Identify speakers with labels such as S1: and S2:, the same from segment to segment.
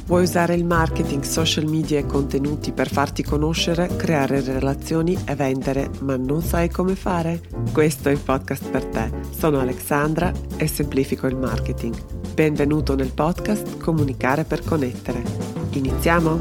S1: Vuoi usare il marketing, social media e contenuti per farti conoscere, creare relazioni e vendere, ma non sai come fare? Questo è il podcast per te. Sono Alexandra e semplifico il marketing. Benvenuto nel podcast Comunicare per connettere. Iniziamo?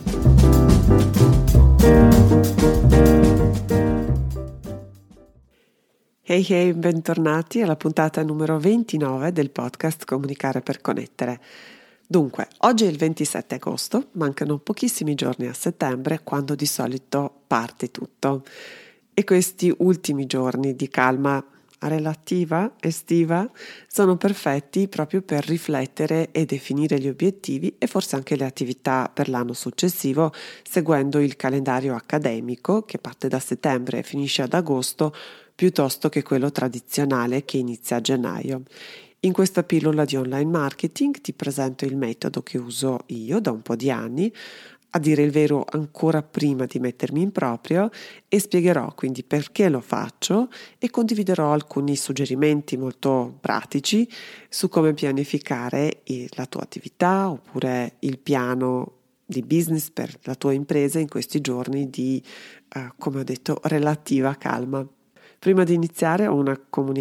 S1: Hey hey, bentornati alla puntata numero 29 del podcast Comunicare per connettere. Dunque, oggi è il 27 agosto, mancano pochissimi giorni a settembre, quando di solito parte tutto. E questi ultimi giorni di calma relativa, estiva, sono perfetti proprio per riflettere e definire gli obiettivi e forse anche le attività per l'anno successivo, seguendo il calendario accademico che parte da settembre e finisce ad agosto, piuttosto che quello tradizionale che inizia a gennaio. In questa pillola di online marketing ti presento il metodo che uso io da un po' di anni, a dire il vero ancora prima di mettermi in proprio, e spiegherò quindi perché lo faccio e condividerò alcuni suggerimenti molto pratici su come pianificare la tua attività oppure il piano di business per la tua impresa in questi giorni di, come ho detto, relativa calma. Prima di iniziare ho una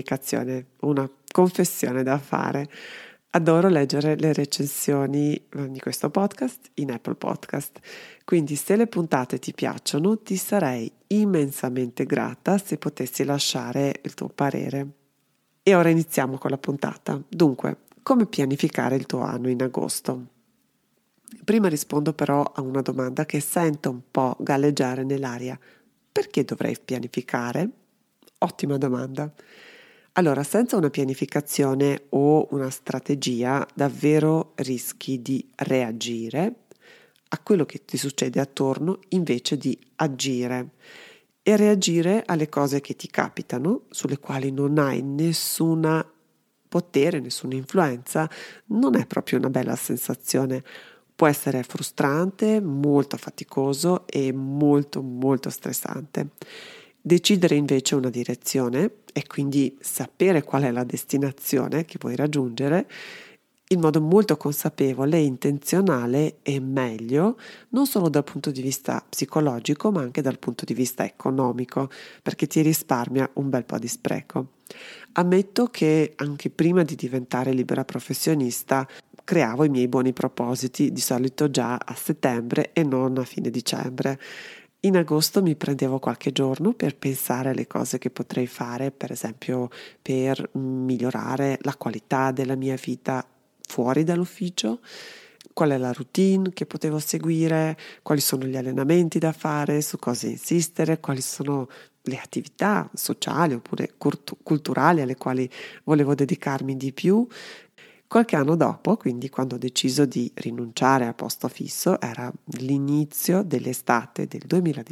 S1: confessione da fare. Adoro leggere le recensioni di questo podcast in Apple Podcast, quindi se le puntate ti piacciono ti sarei immensamente grata se potessi lasciare il tuo parere. E ora iniziamo con la puntata. Dunque, come pianificare il tuo anno in agosto? Prima rispondo però a una domanda che sento un po' galleggiare nell'aria. Perché dovrei pianificare? Ottima domanda. Allora, senza una pianificazione o una strategia, davvero rischi di reagire a quello che ti succede attorno invece di agire e reagire alle cose che ti capitano, sulle quali non hai nessuna potere, nessuna influenza, non è proprio una bella sensazione. Può essere frustrante, molto faticoso e molto molto stressante. Decidere invece una direzione e quindi sapere qual è la destinazione che vuoi raggiungere in modo molto consapevole e intenzionale è meglio, non solo dal punto di vista psicologico, ma anche dal punto di vista economico, perché ti risparmia un bel po' di spreco. Ammetto che anche prima di diventare libera professionista creavo i miei buoni propositi, di solito già a settembre e non a fine dicembre. In agosto mi prendevo qualche giorno per pensare alle cose che potrei fare, per esempio per migliorare la qualità della mia vita fuori dall'ufficio, qual è la routine che potevo seguire, quali sono gli allenamenti da fare, su cosa insistere, quali sono le attività sociali oppure culturali alle quali volevo dedicarmi di più. Qualche anno dopo, quindi quando ho deciso di rinunciare al posto fisso, era l'inizio dell'estate del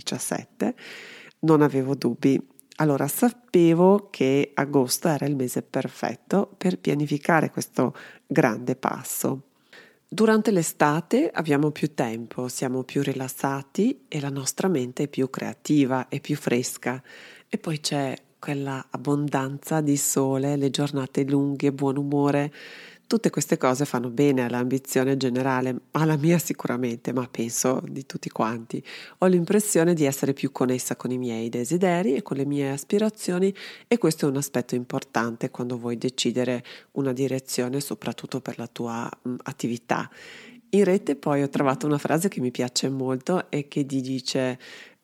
S1: 2017, non avevo dubbi. Allora sapevo che agosto era il mese perfetto per pianificare questo grande passo. Durante l'estate abbiamo più tempo, siamo più rilassati e la nostra mente è più creativa e più fresca. E poi c'è quella abbondanza di sole, le giornate lunghe, buon umore. Tutte queste cose fanno bene all'ambizione generale, alla mia sicuramente, ma penso di tutti quanti. Ho l'impressione di essere più connessa con i miei desideri e con le mie aspirazioni e questo è un aspetto importante quando vuoi decidere una direzione, soprattutto per la tua attività. In rete poi ho trovato una frase che mi piace molto e che ti dice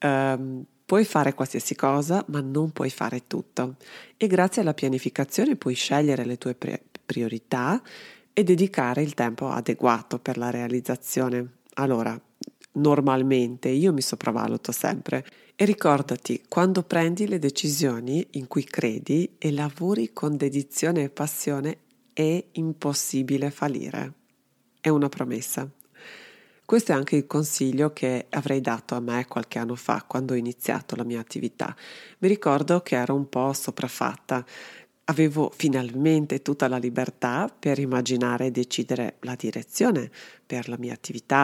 S1: puoi fare qualsiasi cosa, ma non puoi fare tutto. E grazie alla pianificazione puoi scegliere le tue priorità e dedicare il tempo adeguato per la realizzazione. Allora, normalmente io mi sopravvaluto sempre e ricordati, quando prendi le decisioni in cui credi e lavori con dedizione e passione, è impossibile fallire. È una promessa. Questo è anche il consiglio che avrei dato a me qualche anno fa quando ho iniziato la mia attività. Mi ricordo che ero un po' sopraffatta. Avevo finalmente tutta la libertà per immaginare e decidere la direzione per la mia attività,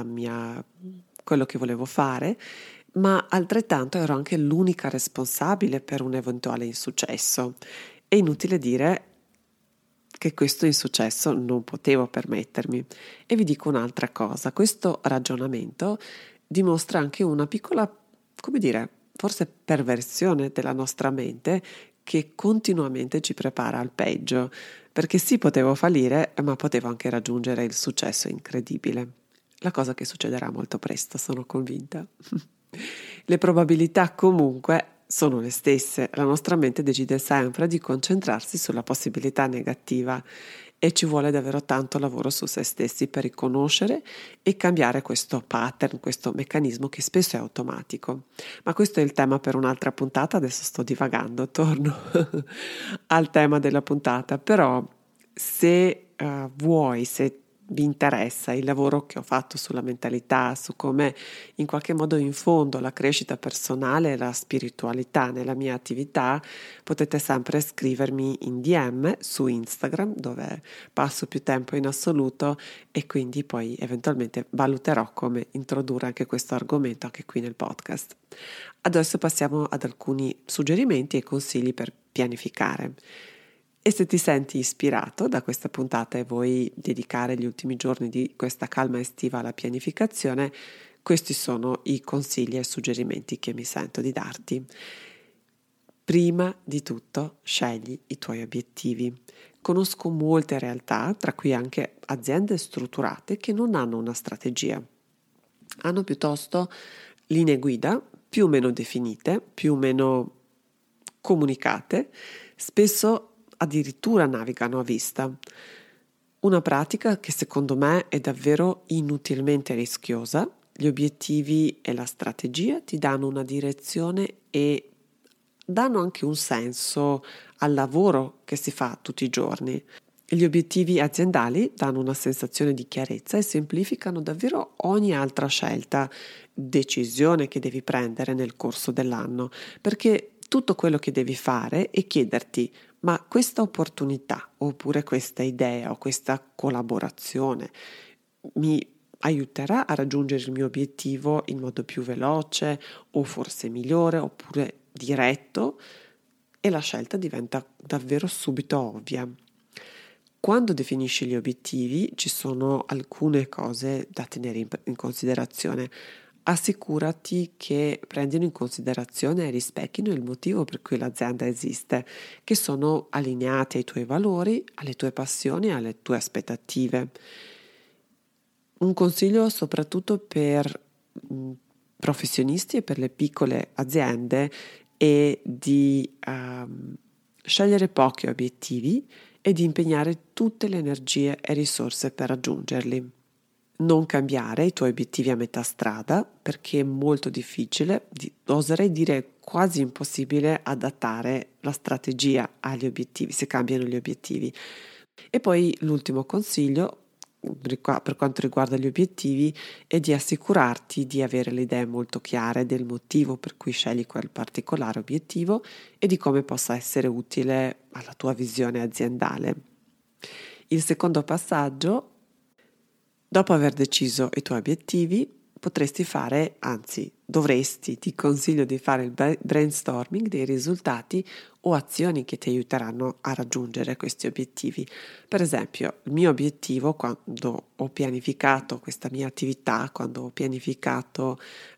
S1: quello che volevo fare, ma altrettanto ero anche l'unica responsabile per un eventuale insuccesso. È inutile dire che questo insuccesso non potevo permettermi. E vi dico un'altra cosa, questo ragionamento dimostra anche una piccola, come dire, forse perversione della nostra mente che continuamente ci prepara al peggio, perché sì, potevo fallire, ma potevo anche raggiungere il successo incredibile. La cosa che succederà molto presto, sono convinta. Le probabilità comunque sono le stesse, la nostra mente decide sempre di concentrarsi sulla possibilità negativa e ci vuole davvero tanto lavoro su se stessi per riconoscere e cambiare questo pattern, questo meccanismo che spesso è automatico. Ma questo è il tema per un'altra puntata, adesso sto divagando, torno al tema della puntata, però se vuoi, se vi interessa il lavoro che ho fatto sulla mentalità, su come in qualche modo infondo la crescita personale e la spiritualità nella mia attività, potete sempre scrivermi in DM su Instagram, dove passo più tempo in assoluto, e quindi poi eventualmente valuterò come introdurre anche questo argomento anche qui nel podcast. Adesso passiamo ad alcuni suggerimenti e consigli per pianificare. E se ti senti ispirato da questa puntata e vuoi dedicare gli ultimi giorni di questa calma estiva alla pianificazione, questi sono i consigli e suggerimenti che mi sento di darti. Prima di tutto, scegli i tuoi obiettivi. Conosco molte realtà, tra cui anche aziende strutturate, che non hanno una strategia. Hanno piuttosto linee guida più o meno definite, più o meno comunicate, spesso addirittura navigano a vista. Una pratica che secondo me è davvero inutilmente rischiosa. Gli obiettivi e la strategia ti danno una direzione e danno anche un senso al lavoro che si fa tutti i giorni. Gli obiettivi aziendali danno una sensazione di chiarezza e semplificano davvero ogni altra scelta, decisione che devi prendere nel corso dell'anno, perché tutto quello che devi fare è chiederti: ma questa opportunità, oppure questa idea o questa collaborazione mi aiuterà a raggiungere il mio obiettivo in modo più veloce o forse migliore oppure diretto? E la scelta diventa davvero subito ovvia. Quando definisci gli obiettivi ci sono alcune cose da tenere in considerazione. Assicurati che prendano in considerazione e rispecchino il motivo per cui l'azienda esiste, che sono allineati ai tuoi valori, alle tue passioni e alle tue aspettative. Un consiglio soprattutto per professionisti e per le piccole aziende è di scegliere pochi obiettivi e di impegnare tutte le energie e risorse per raggiungerli. Non cambiare i tuoi obiettivi a metà strada, perché è molto difficile, oserei dire quasi impossibile, adattare la strategia agli obiettivi, se cambiano gli obiettivi. E poi l'ultimo consiglio per quanto riguarda gli obiettivi è di assicurarti di avere le idee molto chiare del motivo per cui scegli quel particolare obiettivo e di come possa essere utile alla tua visione aziendale. Il secondo passaggio: dopo aver deciso i tuoi obiettivi, potresti fare, anzi dovresti, ti consiglio di fare il brainstorming dei risultati o azioni che ti aiuteranno a raggiungere questi obiettivi. Per esempio, il mio obiettivo quando ho pianificato questa mia attività, quando ho pianificato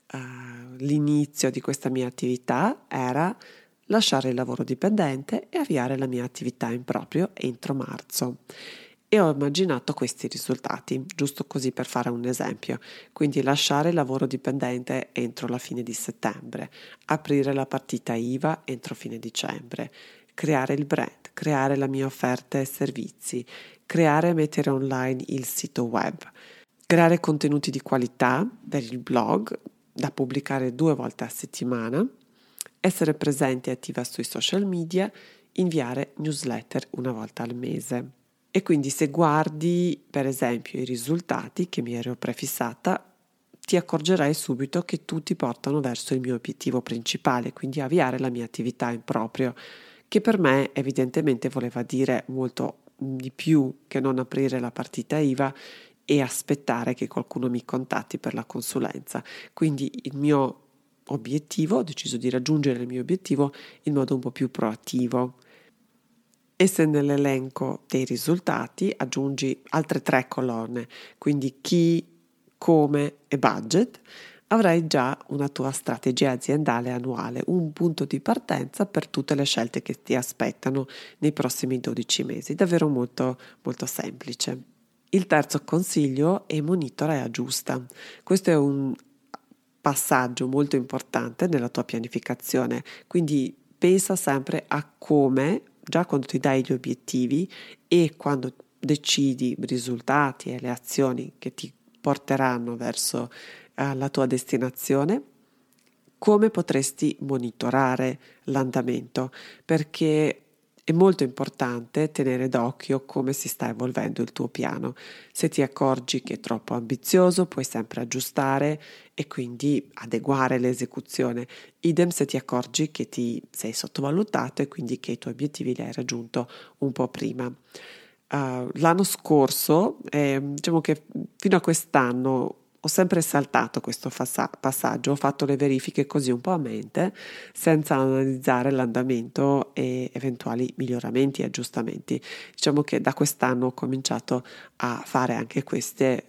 S1: l'inizio di questa mia attività, era lasciare il lavoro dipendente e avviare la mia attività in proprio entro marzo. E ho immaginato questi risultati, giusto così per fare un esempio. Quindi lasciare il lavoro dipendente entro la fine di settembre, aprire la partita IVA entro fine dicembre, creare il brand, creare la mia offerta e servizi, creare e mettere online il sito web, creare contenuti di qualità per il blog da pubblicare 2 volte a settimana, essere presente e attiva sui social media, inviare newsletter 1 volta al mese. E quindi se guardi per esempio i risultati che mi ero prefissata, ti accorgerai subito che tutti portano verso il mio obiettivo principale, quindi avviare la mia attività in proprio, che per me evidentemente voleva dire molto di più che non aprire la partita IVA e aspettare che qualcuno mi contatti per la consulenza. Quindi il mio obiettivo, ho deciso di raggiungere il mio obiettivo in modo un po' più proattivo. E se nell'elenco dei risultati aggiungi altre 3 colonne, quindi chi, come e budget, avrai già una tua strategia aziendale annuale, un punto di partenza per tutte le scelte che ti aspettano nei prossimi 12 mesi. Davvero molto, molto semplice. Il terzo consiglio è monitora e aggiusta. Questo è un passaggio molto importante nella tua pianificazione, quindi pensa sempre a come, già quando ti dai gli obiettivi e quando decidi i risultati e le azioni che ti porteranno verso la tua destinazione, come potresti monitorare l'andamento, perché è molto importante tenere d'occhio come si sta evolvendo il tuo piano. Se ti accorgi che è troppo ambizioso, puoi sempre aggiustare e quindi adeguare l'esecuzione. Idem se ti accorgi che ti sei sottovalutato e quindi che i tuoi obiettivi li hai raggiunto un po' prima. L'anno scorso, diciamo che fino a quest'anno ho sempre saltato questo passaggio, ho fatto le verifiche così un po' a mente, senza analizzare l'andamento e eventuali miglioramenti e aggiustamenti. Diciamo che da quest'anno ho cominciato a fare anche queste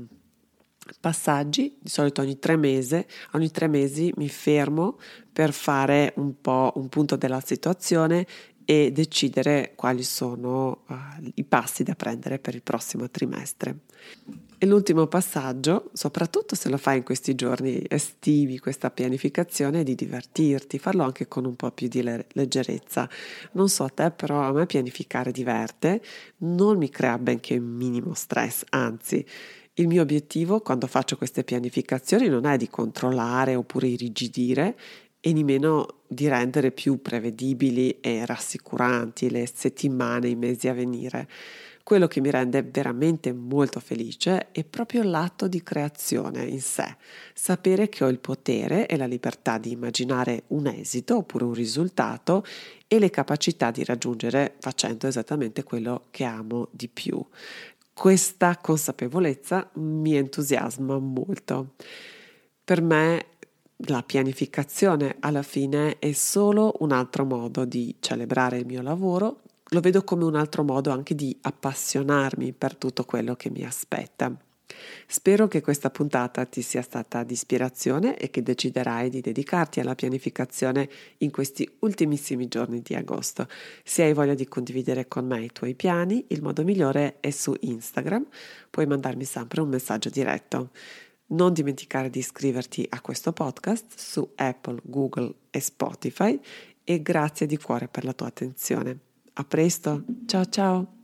S1: passaggi, di solito ogni 3 mesi mi fermo per fare un po' un punto della situazione e decidere quali sono i passi da prendere per il prossimo trimestre. E l'ultimo passaggio, soprattutto se lo fai in questi giorni estivi, questa pianificazione, è di divertirti, farlo anche con un po' più di leggerezza. Non so a te, però a me pianificare diverte, non mi crea benché un minimo stress, anzi. Il mio obiettivo quando faccio queste pianificazioni non è di controllare oppure irrigidire e nemmeno di rendere più prevedibili e rassicuranti le settimane, i mesi a venire. Quello che mi rende veramente molto felice è proprio l'atto di creazione in sé, sapere che ho il potere e la libertà di immaginare un esito oppure un risultato e le capacità di raggiungere facendo esattamente quello che amo di più. Questa consapevolezza mi entusiasma molto. Per me la pianificazione alla fine è solo un altro modo di celebrare il mio lavoro, lo vedo come un altro modo anche di appassionarmi per tutto quello che mi aspetta. Spero che questa puntata ti sia stata di ispirazione e che deciderai di dedicarti alla pianificazione in questi ultimissimi giorni di agosto. Se hai voglia di condividere con me i tuoi piani, il modo migliore è su Instagram, puoi mandarmi sempre un messaggio diretto. Non dimenticare di iscriverti a questo podcast su Apple, Google e Spotify e grazie di cuore per la tua attenzione. A presto, ciao ciao!